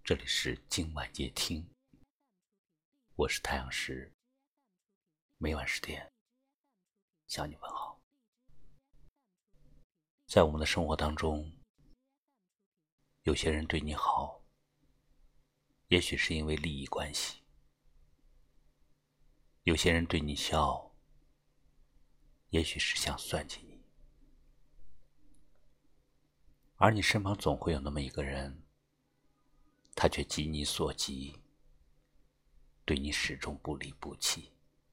这里是今晚夜听，我是太阳石，每晚10点向你问好。在我们的生活当中，有些人对你好，也许是因为利益关系；有些人对你笑，也许是想算计你。而你身旁总会有那么一个人，他却急你所急，对你始终不离不弃。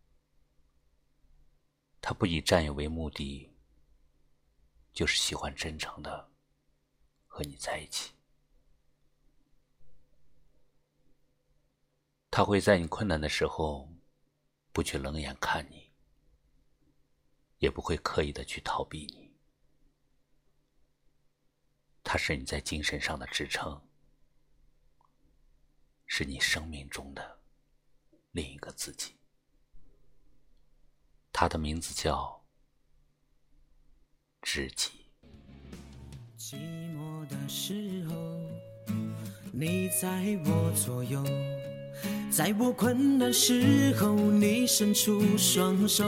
他不以占有为目的，就是喜欢真诚的和你在一起。他会在你困难的时候不去冷眼看你，也不会刻意的去逃避你。他是你在精神上的支撑，是你生命中的另一个自己。他的名字叫知己。 寂寞的时候，你在我左右，在我困难时候，你伸出双手，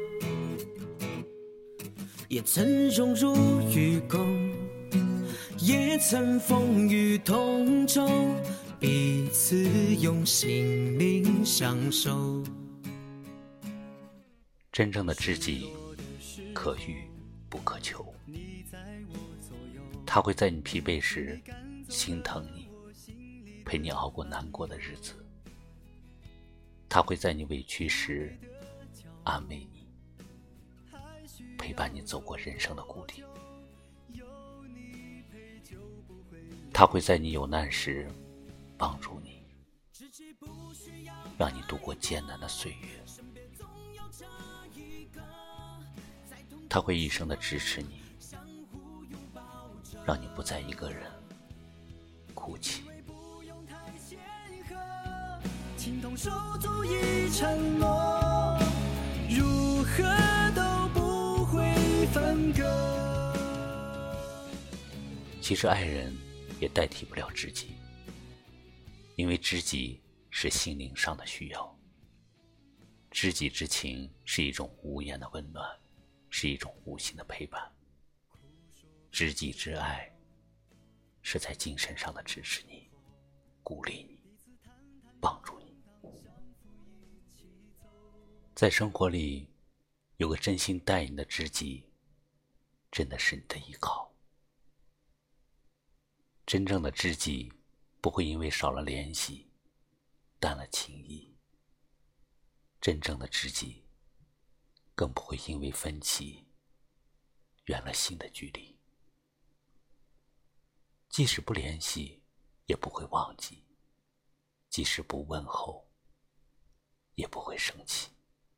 也曾荣辱与共，也曾风雨同舟，彼此用心灵相守。 真正的知己，可遇不可求。他会在你疲惫时心疼你，陪你熬过难过的日子。他会在你委屈时安慰你，陪伴你走过人生的谷底。他会在你有难时帮助你，让你度过艰难的岁月。他会一生的支持你，让你不再一个人哭泣。 情同手足已承诺，如何都不会分割。 其实爱人也代替不了知己，因为知己是心灵上的需要。知己之情是一种无言的温暖，是一种无形的陪伴。知己之爱是在精神上的支持你，鼓励你，帮助你。在生活里有个真心待你的知己，真的是你的依靠。真正的知己不会因为少了联系淡了情谊，真正的知己更不会因为分歧远了心的距离。即使不联系也不会忘记，即使不问候也不会生气。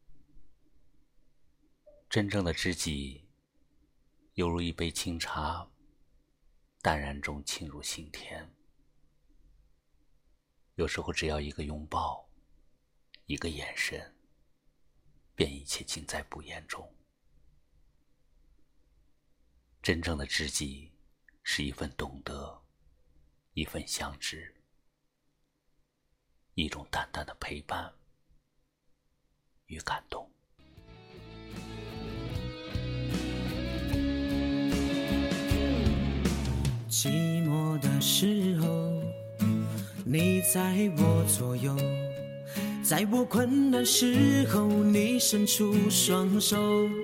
真正的知己犹如一杯清茶，淡然中沁入心田。有时候只要一个拥抱，一个眼神，便一切尽在不言中。真正的知己是一份懂得，一份相知，一种淡淡的陪伴与感动。 寂寞的时候，你在我左右，在我困难时候，你伸出双手，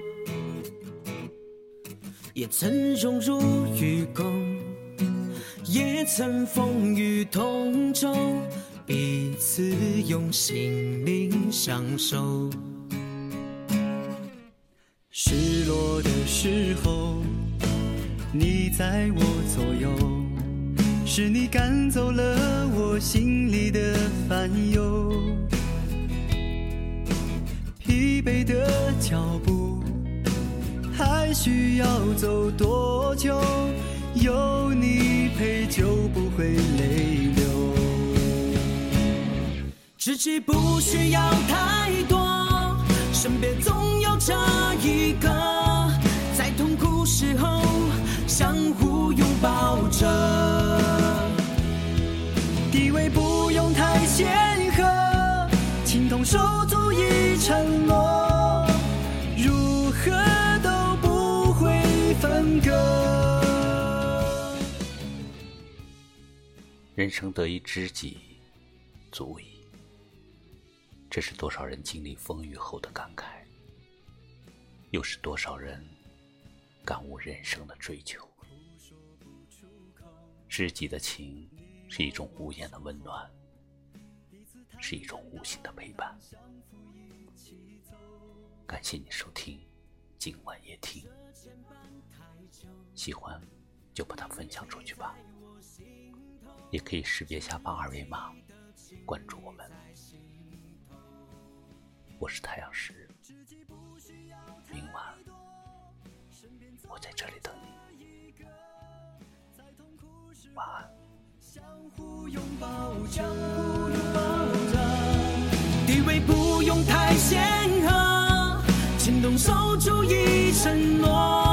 也曾荣辱与共，也曾风雨同舟，彼此用心灵相守。失落的时候，你在我左右，是你赶走了我心里的烦忧。疲惫的脚步还需要走多久？有你陪就不会泪流。知己不需要太多，身边总有这一个，在痛苦时候相互拥抱着。 地位不用太显赫，情同手足已承诺，如何都不会分割。 人生得一知己足矣，这是多少人经历风雨后的感慨，又是多少人感悟人生的追求。知己的情是一种无言的温暖，是一种无形的陪伴。感谢你收听今晚夜听，喜欢就把它分享出去吧，也可以识别下方二维码关注我们。我是太阳石，明晚我在这里等你，晚安。 相互拥抱着，地位不用太显赫，情同手足已承诺。